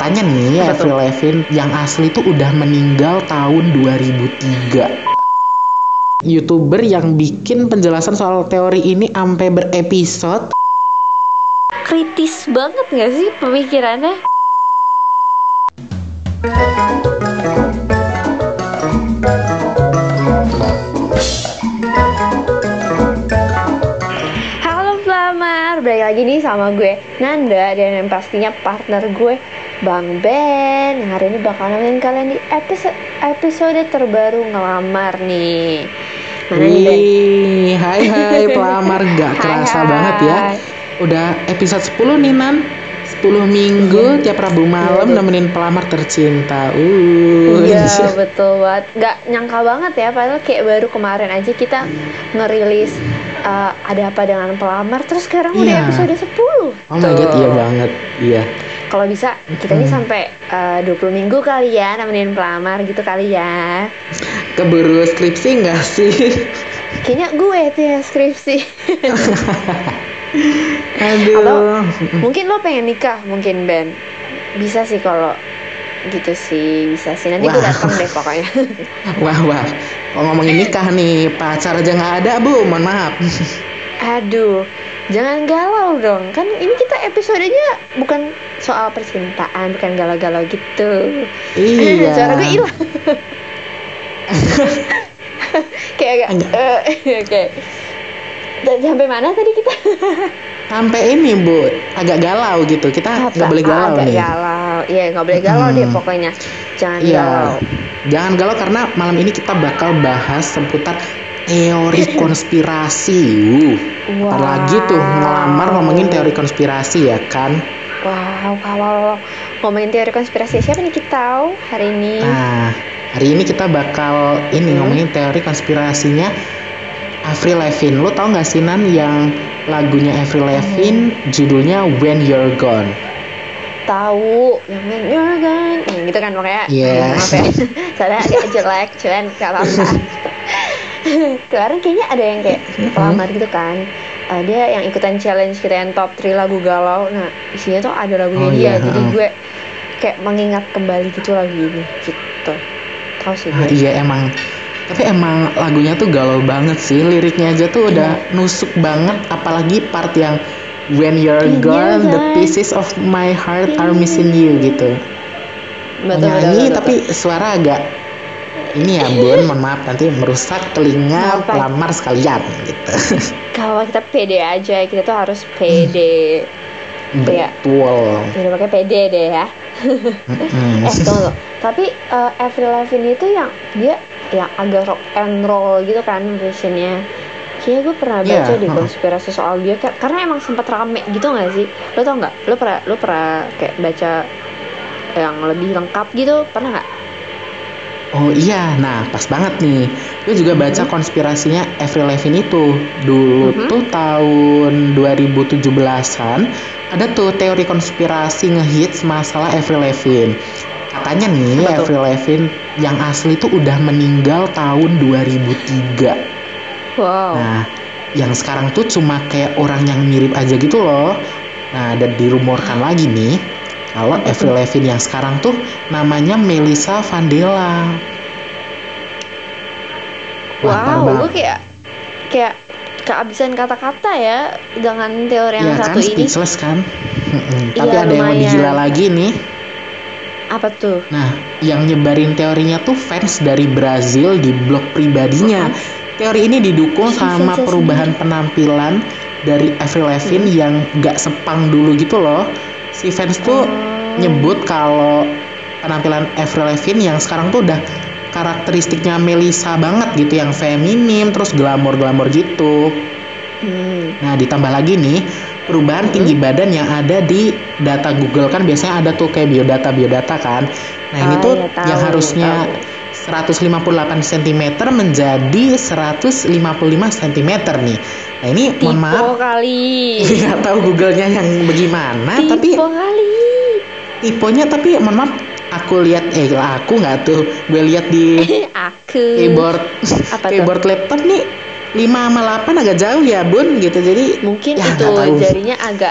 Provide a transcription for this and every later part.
Katanya nih Apa tuh? Avril Lavigne yang asli tuh udah meninggal tahun 2003. YouTuber yang bikin penjelasan soal teori ini sampai berepisode. Kritis banget gak sih pemikirannya? Halo pelamar, balik lagi nih sama gue Nanda dan yang pastinya partner gue Bang Ben. Yang hari ini bakal nemenin kalian di episode terbaru ngelamar nih. Mana nih Ben? Wih, hai pelamar, gak Hai kerasa banget ya. hai. Udah episode 10 nih Nan. 10 Iya, minggu tiap Rabu iya malam deh. nemenin pelamar tercinta. Iya betul banget. Gak nyangka banget ya, padahal kayak baru kemarin aja kita ngerilis ada apa dengan pelamar. Terus sekarang udah Iya. episode 10 Oh my god, iya tuh. banget. Iya. Kalau bisa kita ini sampai 20 minggu kali ya nemenin pelamar gitu kali ya. Keburu skripsi nggak sih? Kayaknya gue tuh ya skripsi. Atau Aduh. mungkin lo pengen nikah mungkin Ben. Bisa sih kalau gitu sih, bisa sih. Nanti gue Wah, datang deh pokoknya. wah. Kalau ngomongin nikah nih, pacar aja nggak ada, Bu. Mohon maaf. Aduh, jangan galau dong. Kan ini kita episodenya bukan soal percintaan, bukan galau-galau gitu. Iya. Suara gue hilang. Kayak agak Enggak. oke. Sampai mana tadi kita? Sampai ini, Bu. Agak galau gitu. Kita nggak boleh galau Agak nih. galau. Iya, nggak boleh galau deh pokoknya. Jangan galau. Iya. Jangan galau karena malam ini kita bakal bahas seputar teori konspirasi. Apalagi tuh ngelamar ngomongin teori konspirasi ya kan. Wow, kalau ngomongin teori konspirasi siapa nih kita tahu hari ini? Nah, hari ini kita bakal ngomongin teori konspirasinya Avril Lavigne. Lo tau gak sih Nan yang lagunya Avril Lavigne judulnya When You're Gone? Tahu yang When You're Gone, yang gitu kan makanya. Iya. Maaf ya, soalnya agak jelek, cuman gak apa-apa. Kemarin kayaknya ada yang kayak pelamar gitu kan. Dia yang ikutan challenge kita yang top 3 lagu galau. Nah isinya tuh ada lagunya Oh dia. iya, Jadi gue kayak mengingat kembali gitu lagu ini gitu. Tahu sih gue. Iya emang. Tapi emang lagunya tuh galau banget sih. Liriknya aja tuh udah nusuk banget. Apalagi part yang When you're gone, the pieces of my heart are missing you gitu. Nyanyi tapi suara agak ini ya Bun, mohon maaf nanti merusak telinga pelamar sekalian gitu. Kalau kita pede aja, kita tuh harus pede. Betul. Udah pakai pede deh ya. Tunggu. Tapi Avril Lavigne itu yang dia yang agak rock and roll gitu kan versionnya. Kayaknya gue pernah baca di konspirasi soal dia karena emang sempat rame gitu nggak sih? Lo tau nggak? Lo pernah kayak baca yang lebih lengkap gitu? Pernah nggak? Oh iya, nah pas banget nih. Gue juga baca konspirasinya Avril Lavigne itu. Dulu tuh tahun 2017-an ada tuh teori konspirasi ngehits masalah Avril Lavigne. Katanya nih Avril Lavigne yang asli tuh udah meninggal tahun 2003. Wow. Nah, yang sekarang tuh cuma kayak orang yang mirip aja gitu loh. Nah, dan dirumorkan lagi nih kalau Avril Lavigne yang sekarang tuh namanya Melissa Vandella. Wow, gue kayak kehabisan kata-kata ya dengan teori yang satu kan, ini. Speechless kan. Tapi ada yang lebih gila lagi nih. Apa tuh? Nah, yang nyebarin teorinya tuh fans dari Brazil di blog pribadinya. Teori ini didukung sama perubahan penampilan dari Avril Lavigne yang gak sepang dulu gitu loh. Si fans tuh nyebut kalau penampilan Avril Lavigne yang sekarang tuh udah karakteristiknya Melissa banget gitu, yang feminim terus glamor-glamor gitu. Nah, ditambah lagi nih perubahan tinggi badan yang ada di data Google kan biasanya ada tuh kayak biodata kan. Nah, ini tuh yang harusnya 158 cm menjadi 155 cm nih. Nah, ini mohon maaf kali. Nggak tahu Google-nya yang bagaimana, tapi tipenya tapi mohon maaf aku lihat aku nggak tuh gue lihat di keyboard laptop nih 5 sama 8 agak jauh ya Bun gitu, jadi mungkin ya, itu jarinya agak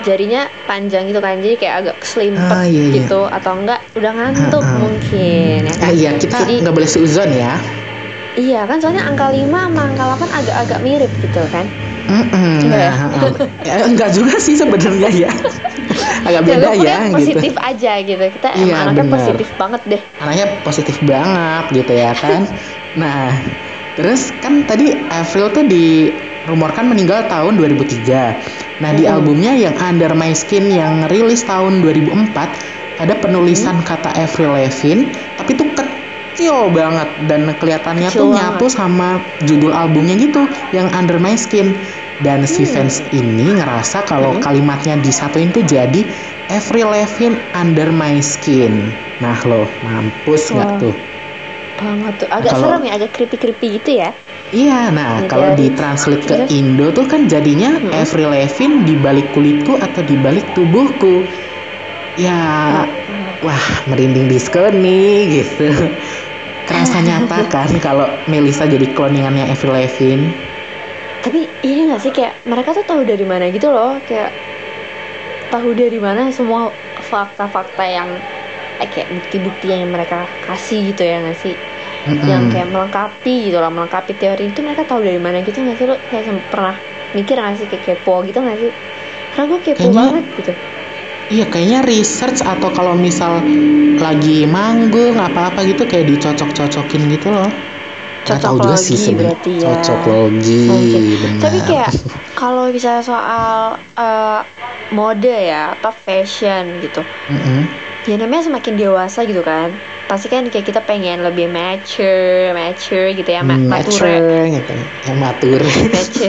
jarinya panjang gitu kan, jadi kayak agak keselimpet Iya. gitu, atau enggak udah ngantuk mungkin ya kan. Iya, kita Jadi nggak boleh seuzon ya. iya kan, soalnya angka 5 sama angka 8 agak-agak mirip gitu kan. Enggak ya? Enggak juga sih sebenarnya ya. Agak Ya beda lu ya pokoknya gitu. positif aja gitu. Kita Iya, emang anaknya bener. positif banget deh. Anaknya positif banget gitu ya kan. Nah, terus kan tadi Avril tuh dirumorkan meninggal tahun 2003. Nah, di albumnya yang Under My Skin yang rilis tahun 2004 ada penulisan kata Avril Lavigne, tapi tuh kecil banget dan kelihatannya Kecil tuh banget. nyatu sama judul albumnya gitu, yang Under My Skin. Dan si fans ini ngerasa kalau kalimatnya disatuin tuh jadi Avril Lavigne Under My Skin. Nah lo, mampus nggak tuh? Banget tuh. Agak Kalau- serem ya, agak creepy-creepy gitu ya. Iya, nah Ini kalau teori. ditranslate ke Terus? Indo tuh kan jadinya Avril Lavigne di balik kulitku atau di balik tubuhku. Ya, wah merinding disco nih gitu. Kerasa nyata kan kalau Melissa jadi cloningannya Avril Lavigne. Tapi ini gak sih, kayak mereka tuh tahu dari mana gitu loh, kayak tahu dari mana semua fakta-fakta yang kayak bukti-bukti yang mereka kasih gitu ya nggak sih, yang kayak melengkapi gitu loh, melengkapi teori itu. Mereka tahu dari mana gitu nggak sih? Lo kayak pernah mikir nggak sih, kayak kepo gitu nggak sih? Karena gue kepo banget gitu. Iya, kayaknya research atau kalau misal lagi manggung apa-apa gitu kayak dicocok-cocokin gitu loh. Nggak tahu juga sih Cocoklogi berarti ya. Cocoklogi, Mungkin. benar. Tapi kayak kalau bisa soal mode ya atau fashion gitu, ya namanya semakin dewasa gitu kan, pasti kan kayak kita pengen lebih mature gitu ya, mature gitu. Ya mature. mature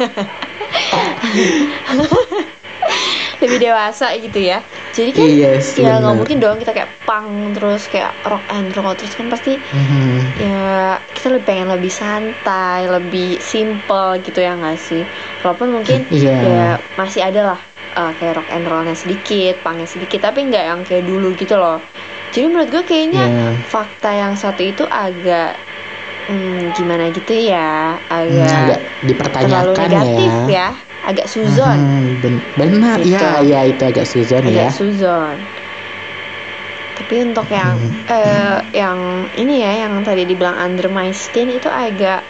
lebih dewasa gitu ya. Jadi kan Yes, ya nggak bener. mungkin dong kita kayak punk terus kayak rock and roll terus kan, pasti ya kita lebih pengen lebih santai, lebih simple gitu ya nggak sih? Walaupun mungkin ya masih ada lah kayak rock and rollnya sedikit, punknya sedikit, tapi nggak yang kayak dulu gitu loh. Jadi menurut gue kayaknya fakta yang satu itu agak gimana gitu ya, agak dipertanyakan terlalu negatif ya, agak suzon. Benar gitu. ya itu agak suzon ya. Agak suzon. Tapi untuk yang ini ya, yang tadi dibilang Under My Skin itu agak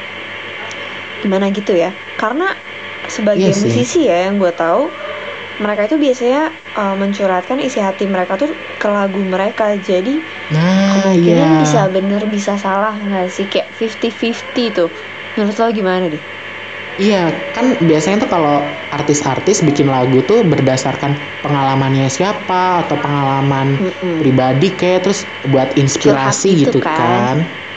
gimana gitu ya, karena sebagai musisi ya yang gue tahu, mereka itu biasanya mencurahkan isi hati mereka tuh ke lagu mereka. Jadi kemungkinan bisa bener bisa salah nggak sih, kayak 50-50 tuh. Menurut lo gimana deh? Iya, kan biasanya tuh kalau artis-artis bikin lagu tuh berdasarkan pengalamannya siapa atau pengalaman pribadi kayak, terus buat inspirasi gitu kan.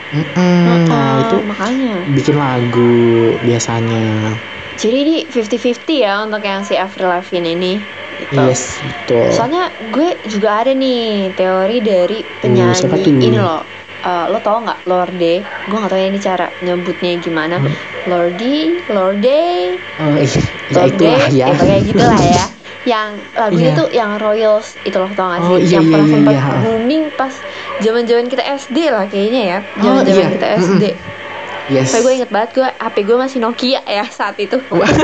Nah itu makanya bikin lagu biasanya. Jadi di 50-50 ya untuk yang si Avril Lavigne ini gitu. Yes, betul. Soalnya gue juga ada nih teori dari penyanyi ini loh. Lo tau nggak Lorde? Gue nggak tahu ya ini cara nyebutnya gimana. Lorde. Oh iya, Lorde, itulah ya. kayak gitulah ya. Yang lagunya tuh yang Royals itu loh, tau gak sih? Yang pernah sempat booming pas zaman-zaman kita SD lah kayaknya ya. Zaman-zaman kita SD. Yes. Gue inget banget, HP gue masih Nokia ya saat itu.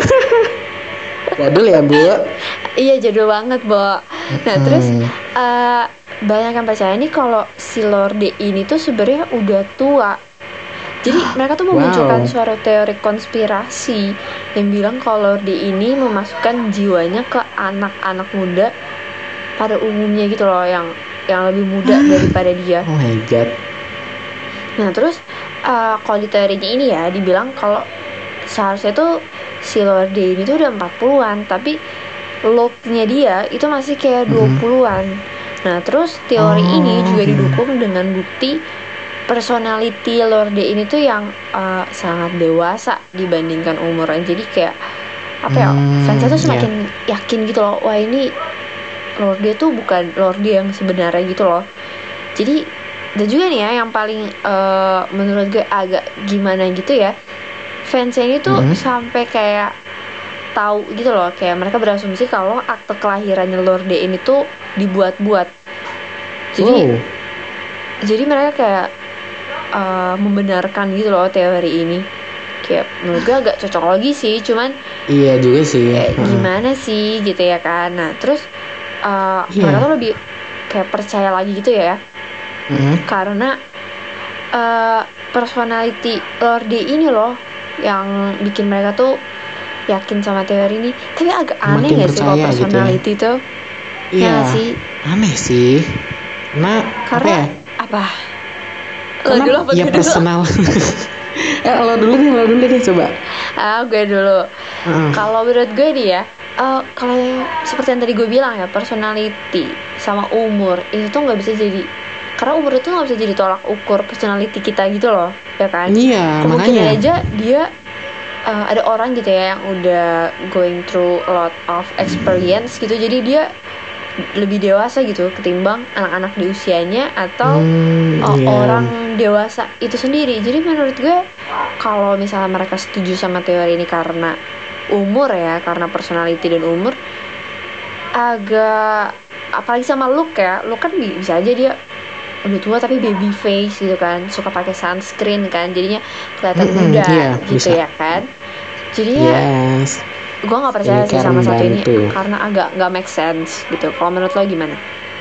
Jadul ya, Bu? Iya, jadul banget, Bo. Nah, terus banyak yang percaya nih kalau si Lorde ini tuh sebenarnya udah tua. Jadi mereka tuh memunculkan suara teori konspirasi yang bilang kalau Lorde ini memasukkan jiwanya ke anak-anak muda pada umumnya gitu loh, yang lebih muda daripada dia. Oh my god. Nah, terus kalau di teorinya ini ya dibilang kalau seharusnya tuh si Lorde ini tuh udah 40-an, tapi look-nya dia itu masih kayak 20-an. Nah, terus teori ini juga didukung dengan bukti personality Lorde ini tuh yang sangat dewasa dibandingkan umurnya. Jadi kayak apa ya, fansnya tuh semakin yakin gitu loh, wah ini Lorde tuh bukan Lorde yang sebenarnya gitu loh. Jadi dan juga nih ya yang paling menurut gue agak gimana gitu ya, fansnya ini tuh sampai kayak tahu gitu loh, kayak mereka berasumsi kalau akte kelahirannya Lorde ini tuh dibuat-buat. Jadi mereka kayak membenarkan gitu loh teori ini. kayak menurut gue agak cocok lagi sih, cuman Iya juga sih. gimana sih gitu ya kan. Nah terus mereka tuh lebih kayak percaya lagi gitu ya, karena personality Lorde ini loh yang bikin mereka tuh yakin sama teori ini. Tapi agak aneh Makin gak sih kalau percaya gitu ya. personality tuh? Iya, Ya gak sih? aneh sih. Karena apa? Lo Karena dulu apa ya gue dulu? personal. Lo dulu deh coba. Gue dulu. Kalau menurut gue nih ya, kalau seperti yang tadi gue bilang ya, personality sama umur itu tuh nggak bisa jadi, karena umur itu nggak bisa jadi tolak ukur personality kita gitu loh, ya kan? Iya, Kemungkinan makanya. aja dia ada orang gitu ya yang udah going through a lot of experience gitu, jadi dia lebih dewasa gitu ketimbang anak-anak di usianya atau orang dewasa itu sendiri. Jadi menurut gue kalau misalnya mereka setuju sama teori ini karena umur ya, karena personality dan umur, agak, apalagi sama look ya, look kan bisa aja dia udah tua tapi baby face gitu kan, suka pakai sunscreen kan, jadinya kelihatan muda gitu bisa. ya kan. Jadinya gue nggak percaya sih sama satu ini karena agak nggak make sense gitu. Kalau menurut lo gimana?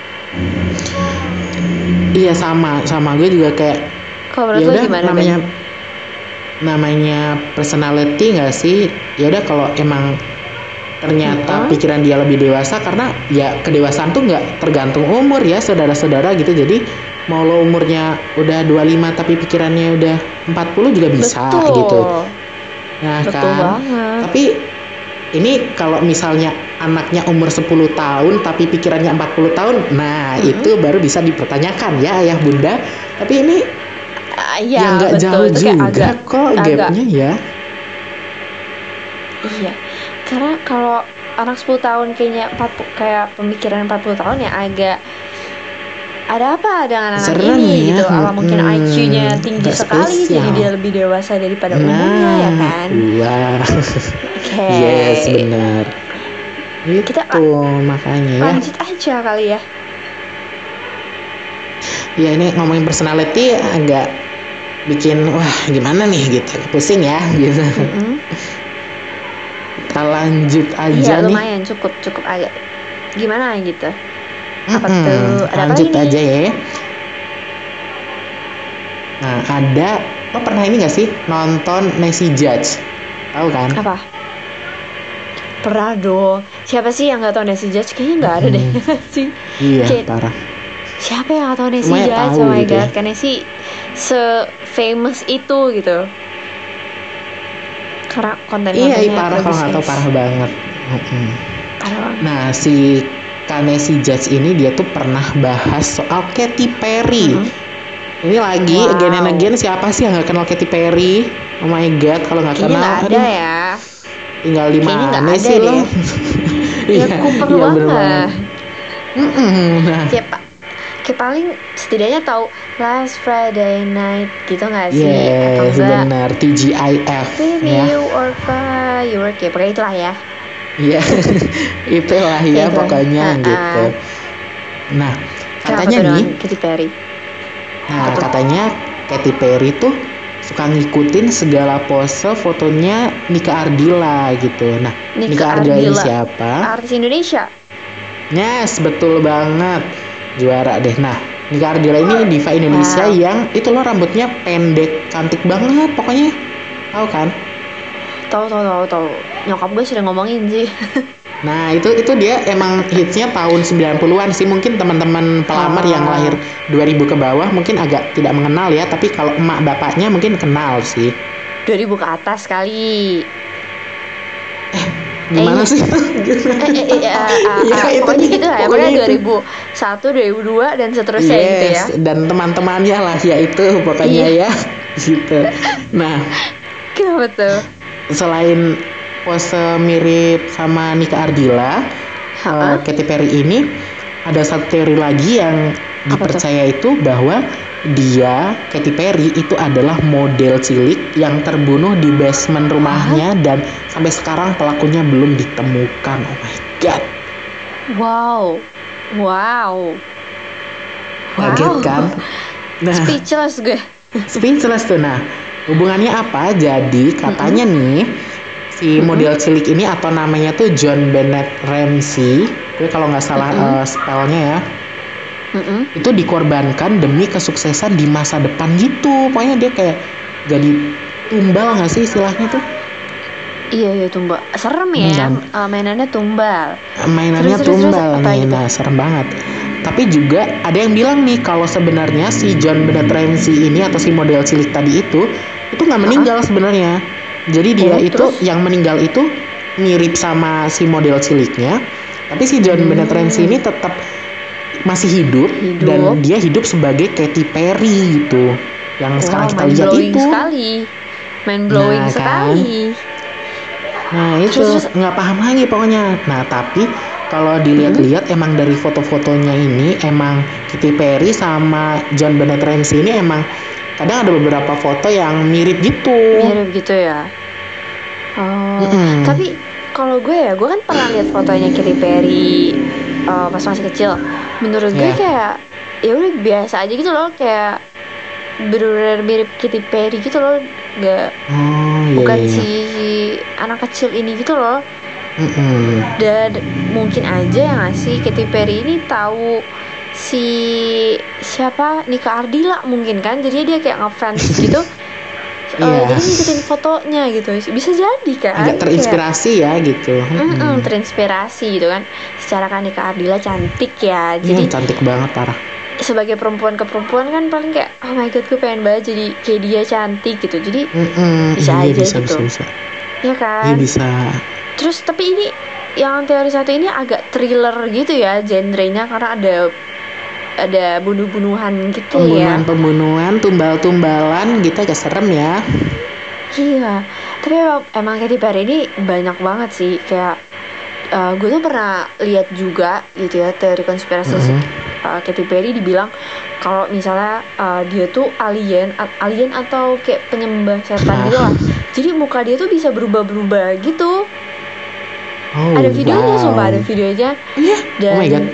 Iya sama gue juga kayak. Kalau menurut lo gimana, namanya personality nggak sih? Ya udah kalau emang ternyata pikiran dia lebih dewasa, karena ya kedewasaan tuh nggak tergantung umur ya saudara-saudara gitu. Jadi mau lo umurnya udah 25 tapi pikirannya udah 40 juga bisa. Betul. Gitu. Nah betul kan banget. Tapi ini kalau misalnya anaknya umur 10 tahun tapi pikirannya 40 tahun, nah itu baru bisa dipertanyakan ya ayah bunda. Tapi ini ya nggak jauh juga kok gapnya ya. Iya, karena kalau anak 10 tahun kayak pemikiran 40 tahun ya agak ada apa dengan anak Serem ini ya. gitu. Apa mungkin IQ-nya tinggi sekali jadi dia lebih dewasa daripada umurnya ya kan. Yes, benar. Kita makanya ya. Lanjut aja kali ya. Ya ini ngomongin personality agak bikin wah gimana nih gitu, pusing ya gitu. Kita lanjut aja nih. Lumayan cukup agak gimana gitu. Apa tuh? Ada lanjut apa aja ya. Nah ada, lo pernah ini gak sih nonton Nancy Judge? Tahu kan? Apa? Pernah dong. Siapa sih yang nggak tahu Nancy Judge? Kayaknya nggak ada deh sih. Iya parah. Siapa yang nggak tahu Nancy Judge? Oh my god, karena sih se-famous itu gitu. Karena konten-kontennya parah, kalau nggak tahu parah banget. Parah banget. Nah si Nancy Judge ini dia tuh pernah bahas soal Katy Perry. Ini lagi again and again, siapa sih yang nggak kenal Katy Perry? Oh my god, kalau nggak kenal nggak ada ya. Tinggal di mana sih lo? Ya kuper banget. Nah. Kayak paling setidaknya tahu Last Friday Night gitu nggak sih? Yes, benar, TGIF. Baby you are firework ya, pokoknya itulah ya. Iya, itulah ya pokoknya gitu. Nah, katanya nih Katy Perry. Nah, katanya Katy Perry tuh suka ngikutin segala pose fotonya Nika Ardila gitu. Nah, Nika Ardila ini siapa? Artis Indonesia. Yes, betul banget. Juara deh. Nah, Nika Ardila ini diva Indonesia yang itu loh rambutnya pendek, cantik banget pokoknya. Tahu kan? Tahu. Nyokap gue sering ngomongin sih. Nah, itu dia emang hitsnya tahun 90-an sih. Mungkin teman-teman pelamar yang lahir 2000 ke bawah mungkin agak tidak mengenal ya, tapi kalau emak bapaknya mungkin kenal sih. 2000 ke atas kali. Gimana sih? Pokoknya gitu lah ya. Pokoknya 2001, 2002 dan seterusnya gitu ya. Dan teman-temannya lah ya itu pokoknya ya. Gitu. Nah, kenapa tuh? Selain pose mirip sama Nika Ardila, Katy Perry ini ada satu teori lagi yang dipercaya itu bahwa dia, Katy Perry itu adalah model cilik yang terbunuh di basement rumahnya dan sampai sekarang pelakunya belum ditemukan. Oh my god. Wow. Kaget kan? Nah, speechless gue. Speechless tuh. Nah, Hubungannya apa? Jadi katanya nih si Mm-mm. model cilik ini atau namanya tuh John Bennett Ramsey, gue kalau nggak salah Mm-mm. spellnya ya, Mm-mm. itu dikorbankan demi kesuksesan di masa depan gitu. Pokoknya dia kayak jadi tumbal nggak sih istilahnya tuh? Iya iya tumbal. Serem ya. Dan Mainannya tumbal. mainannya Terus tumbal apa nih, gitu? nah serem banget. Tapi juga ada yang bilang nih kalau sebenarnya si John Bennett Ramsey ini atau si model cilik tadi itu nggak Ha-ah. meninggal sebenarnya. Jadi dia Oh itu terus? yang meninggal itu mirip sama si model ciliknya, tapi si John Bennett Ramsey ini tetap masih hidup Hidup. dan dia hidup sebagai Katy Perry gitu. Yang sekarang Wow, kita mind lihat blowing itu. sekali. Mind blowing Nah kan, sekali. nah itu Terus. nggak paham lagi pokoknya. Nah tapi kalau Mm-mm. dilihat-lihat emang dari foto-fotonya ini emang Katy Perry sama John Bennett Ramsey ini emang kadang ada beberapa foto yang mirip gitu. Mirip gitu ya. Oh, Mm-mm. tapi kalau gue kan pernah lihat fotonya Katy Perry pas masih kecil. Menurut gue Ya. kayak ya udah biasa aja gitu loh, kayak bener-bener mirip Katy Perry gitu loh. Gak, Oh iya bukan iya iya. si anak kecil ini gitu loh. Mm-mm. Dan mungkin aja ya nggak sih Katy Perry ini tahu si siapa Nika Ardila mungkin kan, jadi dia kayak ngefans gitu. Iya. Jadi ngikutin fotonya gitu, bisa jadi kan, Agak kayak terinspirasi ya gitu. Mm-mm. terinspirasi gitu kan. Secara kan Nika Ardila cantik ya, Iya jadi cantik banget parah. sebagai perempuan ke perempuan kan paling kayak oh my god gue pengen banget jadi kayak dia cantik gitu, jadi Mm-mm. bisa Iya aja bisa gitu bisa bisa. ya Iya kan. bisa. Terus tapi ini yang teori satu ini agak thriller gitu ya genrenya, karena ada bunuh-bunuhan gitu ya. Pembunuhan, tumbal-tumbalan gitu agak serem ya. Iya, tapi emang Katy Perry ini banyak banget sih, kayak gue tuh pernah lihat juga gitu ya teori konspirasi Mm-mm. Katy Perry dibilang kalau misalnya dia tuh alien atau kayak penyembah setan gitu lah. Nah, Jadi muka dia tuh bisa berubah-berubah gitu. oh Ada videonya, sumpah wow. ada videonya. Iya, oh my god. Dan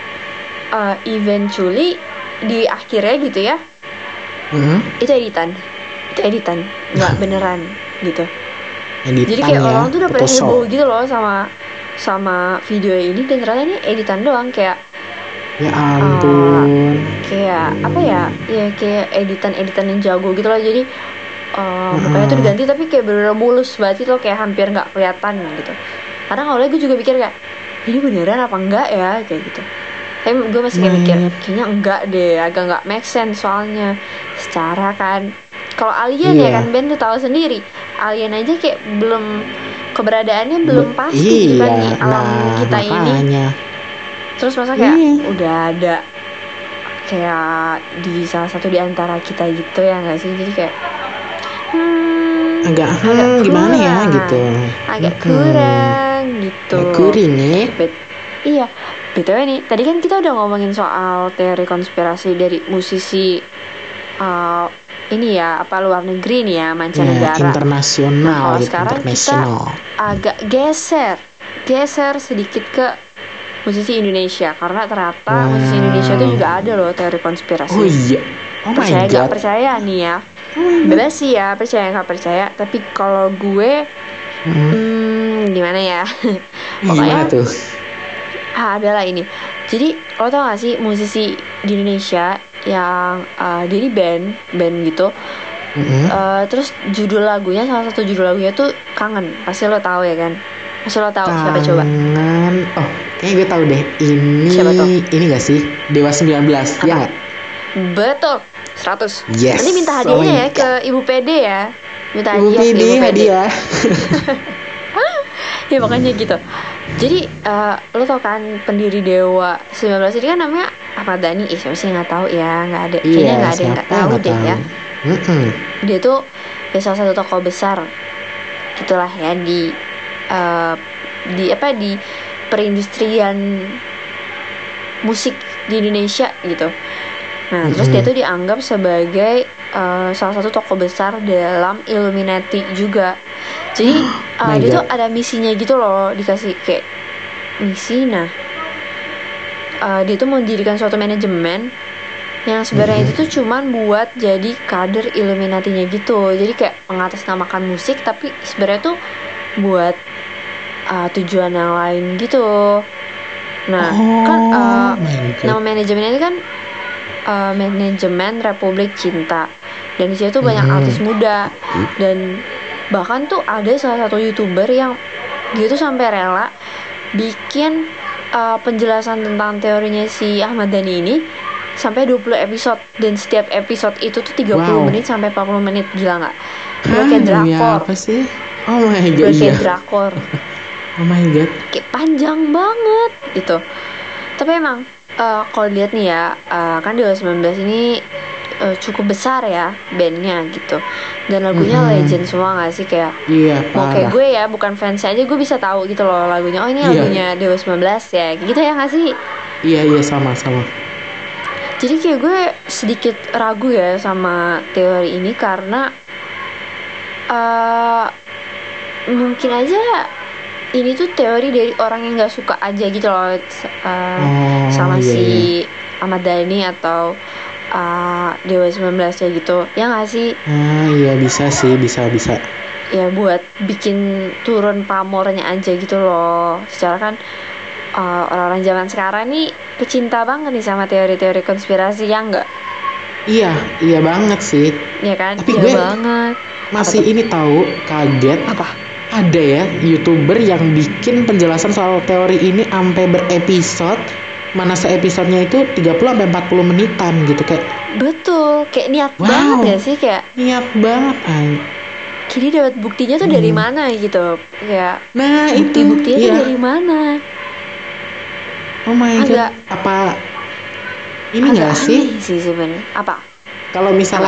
eventually di akhirnya gitu ya, Mm-mm. itu editan, nggak beneran gitu. Jadi Editan kayak ya, orang tuh udah pada Photoshop. heboh gitu loh sama video ini, dan ternyata ini editan doang, kayak Ya uh, ampun. kayak apa ya, ya kayak editan yang jago gitu loh. Jadi mukanya tuh Heeh. diganti tapi kayak bener-bener mulus banget itu, kayak hampir nggak kelihatan gitu. Karena awalnya gue juga mikir kayak ini beneran apa enggak ya kayak gitu, tapi gue masih kayak mikir Mayat. kayaknya enggak deh, agak nggak make sense soalnya. Secara kan kalau alien ya Iya. kan Ben tuh tahu sendiri, alien aja kayak belum, keberadaannya belum pasti gitu kan di Iya, alam nah kita ini. makanya. Terus masa kayak Iya. udah ada kayak di salah satu di antara kita gitu ya nggak sih, jadi kayak Agak agak gimana ya gitu. kurang, agak Mm-mm. kurang gitu. Agak kuring ya. Iya, BTW nih, tadi kan kita udah ngomongin soal teori konspirasi dari musisi uh, ini ya, apa luar negeri nih ya, Ya, mancanegara. Nah, internasional kalau gitu, sekarang kita internasional. agak geser sedikit ke musisi Indonesia, karena ternyata musisi Indonesia itu Wow. juga ada loh teori Oh konspirasi. iya. Oh my Percaya nggak god. percaya nih ya, Oh my god. bebas sih ya, percaya nggak percaya. Tapi kalau gue Mm-mm. gimana ya, Gimana pokoknya tuh? adalah ini. Jadi lo tau gak sih musisi di Indonesia yang dia di band gitu. Mm-mm. Terus judul lagunya, salah satu judul lagunya tuh Kangen. Pasti lo tahu ya kan? Pasti lo tahu siapa coba? Kangen. Oh, kayaknya gue tahu deh. Siapa tuh? Ini gak sih? Dewa 19, ya Apa? nggak? Betul, 100. Yes. Nanti minta Oh my hadiahnya ya ke god. Ibu PD ya. Minta Ibu hadiah ke PD Ibu PD. hadiah. Ya makanya gitu. Jadi lo tau kan pendiri Dewa 19 ini kan namanya Ahmad Dhani. Siapa sih nggak tahu ya, nggak ada. Kayaknya Iya, nggak ada yang nggak siapa yang tahu nggak deh tahu? ya. Mm-mm. Dia tuh ya salah satu tokoh besar gitulah ya eh, di perindustrian musik di Indonesia gitu. Nah, terus dia tuh dianggap sebagai salah satu tokoh besar dalam Illuminati juga. Jadi My dia tuh god. ada misinya gitu loh, dikasih kayak misi. Nah, dia tuh mendirikan suatu manajemen yang sebenarnya itu tuh cuman buat jadi kader Illuminati-nya gitu. Jadi kayak mengatasnamakan musik tapi sebenarnya tuh buat tujuan yang lain gitu. Nah, kan nama manajemennya ini kan manajemen Republik Cinta. Dan di situ tuh banyak artis muda dan bahkan tuh ada salah satu YouTuber yang dia tuh sampai rela bikin penjelasan tentang teorinya si Ahmad Dhani ini sampai 20 episode, dan setiap episode itu tuh 30 menit sampai 40 menit. Gila nggak? Udah kayak drakor. Apa sih? Oh my god, udah kayak drakor. Oh my god, kayak panjang banget gitu. Tapi emang kalau lihat nih ya, kan Dewa 19 ini cukup besar ya bandnya gitu, dan lagunya legend semua nggak sih? Kayak mau kayak gue ya, bukan fans aja gue bisa tahu gitu loh lagunya. Oh ini lagunya Dewa 19 ya, gitu ya nggak sih? Iya sama-sama. Jadi kayak gue sedikit ragu ya sama teori ini karena mungkin aja ini tuh teori dari orang yang nggak suka aja gitu loh sama si Ahmad Dhani atau Dewa 19 kayak gitu, ya nggak sih? Iya bisa sih, bisa. Ya buat bikin turun pamornya aja gitu loh. Secara kan orang-orang zaman sekarang nih pecinta banget nih sama teori-teori konspirasi, ya nggak? Iya banget sih. Ya kan? Tapi iya gue banget. Masih ini tahu, kaget. Apa? Ada ya YouTuber yang bikin penjelasan soal teori ini sampai berepisode. Mana se-episodenya itu 30-40 menitan gitu, kayak betul, kayak niat banget gak sih? Kayak niat banget jadi dapat buktinya tuh dari mana gitu, kayak nah buktinya tuh dari mana? Oh my god, apa ini nggak sih sebenarnya? Apa kalau misal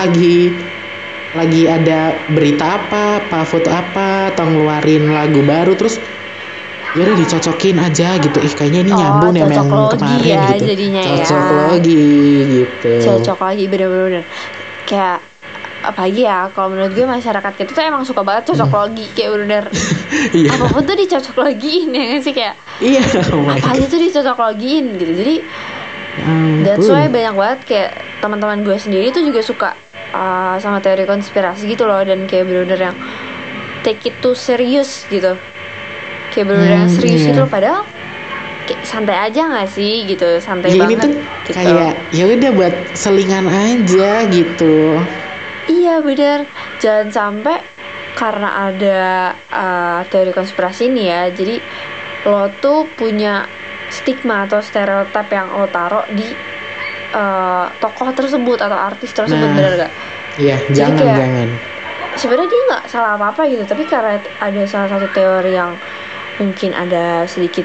lagi ada berita apa foto apa atau ngeluarin lagu baru, terus ya udah dicocokin aja gitu, kayaknya ini nyambung ya yang kemarin ya, gitu, jadinya cocok lagi gitu, cocok lagi bener-bener. Kayak apalagi ya, kalau menurut gue masyarakat kita tuh emang suka banget cocok logi, kayak bener apapun tuh dicocok logiin, ya gak sih? Kayak apa aja tuh dicocok logiin gitu. Jadi that's why banyak banget kayak teman-teman gue sendiri tuh juga suka sama teori konspirasi gitu loh, dan kayak bener-bener yang take it too serius gitu, kayak bener-bener yang serius gitu loh, padahal kayak santai aja nggak sih gitu, santai banget. Ini tuh gitu. Kayak ya udah buat selingan aja gitu. Iya bener, jangan sampai karena ada teori konspirasi ini ya, jadi lo tuh punya stigma atau stereotip yang lo taruh di tokoh tersebut atau artis tersebut, bener gak? Iya, jangan. Sebenarnya dia nggak salah apa-apa gitu, tapi karena ada salah satu teori yang mungkin ada sedikit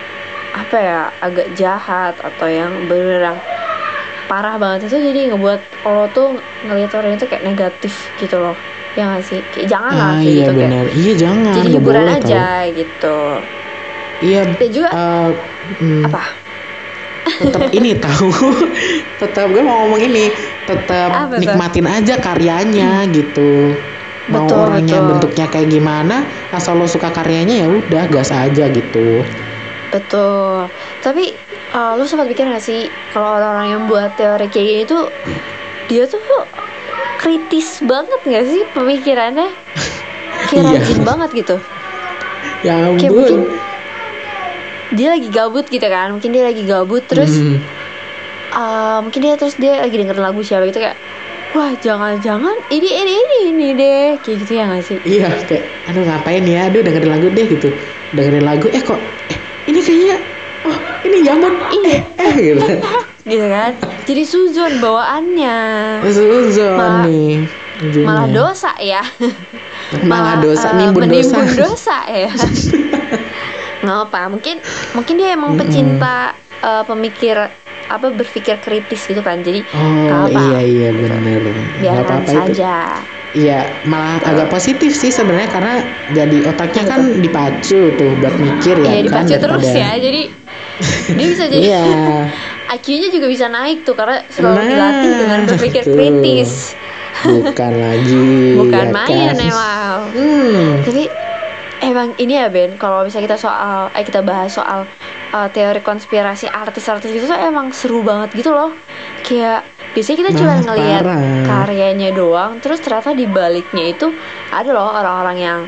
agak jahat atau yang bener-bener parah banget, itu jadi ngebuat lo tuh ngelihat orang itu kayak negatif gitu loh, ya nggak sih? Kayak jangan lah kayak gitu, bener. Kayak iya jangan, jadi hiburan aja gitu. Iya. Dan juga apa? Tetap ini tahu, tetap gue mau ngomong ini, tetap nikmatin aja karyanya gitu. Mau orangnya bentuknya kayak gimana, asal lo suka karyanya ya udah gas aja gitu. Betul. Tapi lo sempat pikir gak sih kalau orang-orang yang buat teori kayak gini tuh dia tuh kritis banget gak sih pemikirannya? Kayak rajin banget gitu. Ya ampun. Kayak mungkin dia lagi gabut gitu kan, terus mungkin dia lagi dengerin lagu siapa gitu, kayak wah jangan-jangan ini deh, kayak gitu ya nggak sih? Iya, kayak aduh ngapain ya, dengerin lagu deh gitu, dengerin lagu kok ini kayaknya ini zaman gitu gitu kan, jadi suzon bawaannya, nih malah dosa ya, malah dosa, nimbun dosa ya. Nggak apa, mungkin dia emang pecinta berpikir kritis gitu kan, jadi iya bener, biarkan saja. Iya, malah agak positif sih sebenarnya, karena jadi otaknya kan dipacu tuh buat mikir ya. Iya, dipacu terus ya, jadi dia bisa jadi IQ-nya juga bisa naik tuh karena selalu dilatih dengan berpikir kritis. Bukan lagi. Bukan main emang. Tapi emang ini ya Ben, kalau misalnya kita bahas soal teori konspirasi artis-artis gitu tuh emang seru banget gitu loh. Kayak Biasanya kita cuma ngelihat karyanya doang, terus ternyata di baliknya itu ada loh orang-orang yang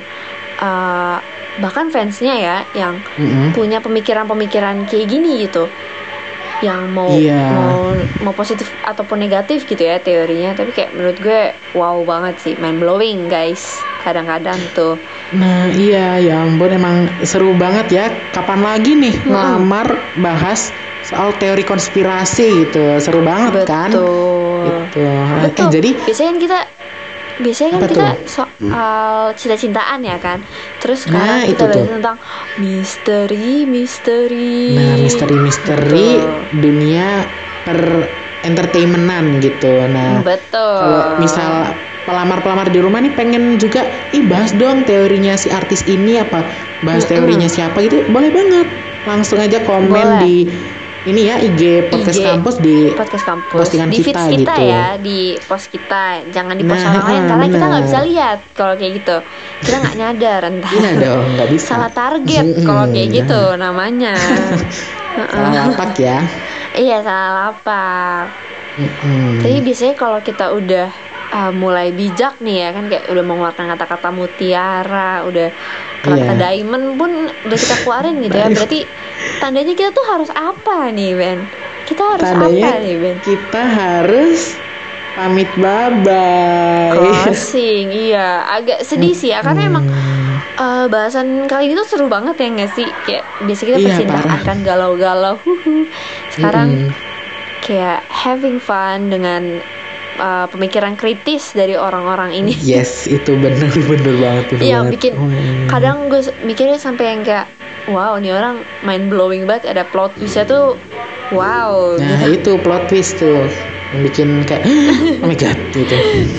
bahkan fansnya ya yang punya pemikiran-pemikiran kayak gini gitu, yang mau positif ataupun negatif gitu ya teorinya. Tapi kayak menurut gue wow banget sih, mind blowing guys kadang-kadang tuh. Nah iya, ya ampun, emang seru banget ya. Kapan lagi nih ngelamar bahas soal teori konspirasi gitu, seru banget. Betul. Kan gitu. Betul. Jadi biasanya kan kita soal cinta-cintaan ya kan. Terus sekarang kita bahas tentang misteri. Nah, misteri dunia per entertainmentan gitu. Nah, betul. Kalau misal pelamar-pelamar di rumah nih pengen juga, bahas dong teorinya si artis ini, apa bahas teorinya siapa gitu, boleh banget. Langsung aja komen di ini ya, IG Podcast Kampus, di Podcast Kampus postingan di feeds kita gitu ya, di post kita, jangan di post orang lain karena kita nggak bisa lihat kalau kayak gitu, kita nggak nyadar entar. Iya dong, nggak bisa. Salah target kalau kayak gitu namanya. Salah lapak ya. Iya, salah lapak. Tapi biasanya kalau kita udah mulai bijak nih ya kan, kayak udah mengeluarkan kata-kata mutiara, udah kata diamond pun udah kita keluarin gitu ya, berarti tandanya kita tuh harus apa nih Ben? Kita harus tandanya apa nih Ben? Kita harus pamit bye-bye. Closing. Iya, agak sedih sih ya, karena emang bahasan kali ini tuh seru banget ya nggak sih? Kayak biasa kita percintaan galau-galau, sekarang kayak having fun dengan pemikiran kritis dari orang-orang ini. Yes, itu bener banget. Iya, bikin kadang gue mikirnya sampai yang kayak wow, ini orang mind blowing banget, ada plot twistnya tuh wow. Nah gitu. Itu plot twist tuh yang bikin kayak oh my god gitu.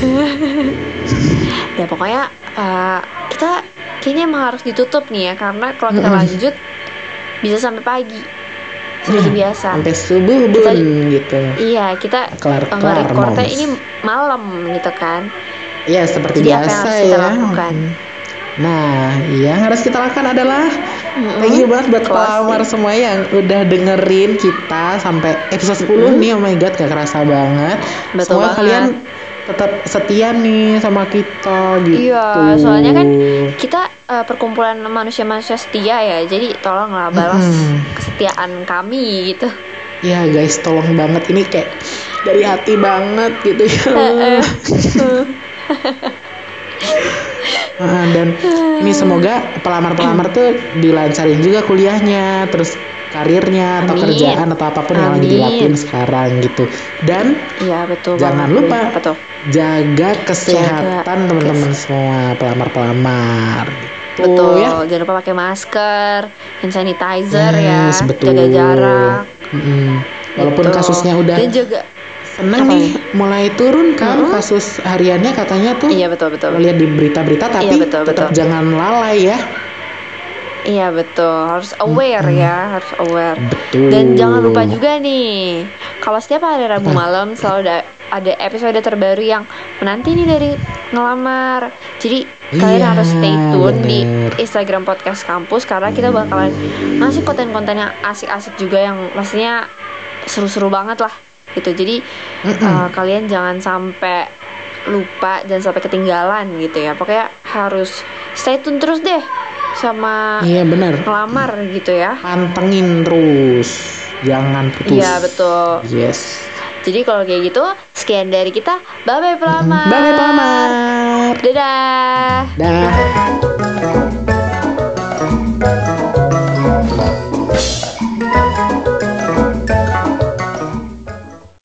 Ya pokoknya kita kayaknya emang harus ditutup nih ya, karena kalau kita lanjut bisa sampai pagi seperti biasa, sampai subuh gitu. Iya, kita nge-recordnya ini malam gitu kan. Iya, seperti jadi biasa apa yang harus kita lakukan? Nah, yang harus kita lakukan adalah thank you banget buat pelamar semua yang udah dengerin kita sampai episode 10 nih. Oh my god, gak kerasa banget. Betul semua banget. Kalian tetap setia nih sama kita gitu. Iya, soalnya kan kita perkumpulan manusia-manusia setia ya, jadi tolonglah balas kesetiaan kami gitu. Ya guys, tolong banget, ini kayak dari hati banget gitu ya. Dan ini semoga pelamar-pelamar tuh dilancarin juga kuliahnya, terus karirnya atau kerjaan atau apapun yang lagi dilakuin sekarang gitu. Dan iya, betul jangan banget. lupa jaga kesehatan teman-teman semua pelamar-pelamar gitu. Betul ya. Jangan lupa pakai masker, hand sanitizer ya, jaga jarak. Walaupun kasusnya udah dan juga seneng nih mulai turun kan kasus hariannya katanya tuh. Iya, betul. Lihat di berita-berita, tapi tetap jangan lalai ya. Iya, betul, harus aware ya, harus aware. Betul. Dan jangan lupa juga nih, kalau setiap hari Rabu malam selalu ada episode terbaru yang menanti nih dari ngelamar. Jadi kalian harus stay tune di Instagram Podcast Kampus, karena kita bakalan ngasih konten-konten yang asik-asik juga, yang pastinya seru-seru banget lah gitu. Jadi kalian jangan sampai lupa, jangan sampai ketinggalan gitu ya. Pokoknya harus stay tune terus deh sama ngelamar gitu ya. Pantengin terus, jangan putus. Iya, betul. Yes. Jadi kalau kayak gitu, sekian dari kita. Bye-bye pelamar. Bye-bye pelamar. Dadah. Dah.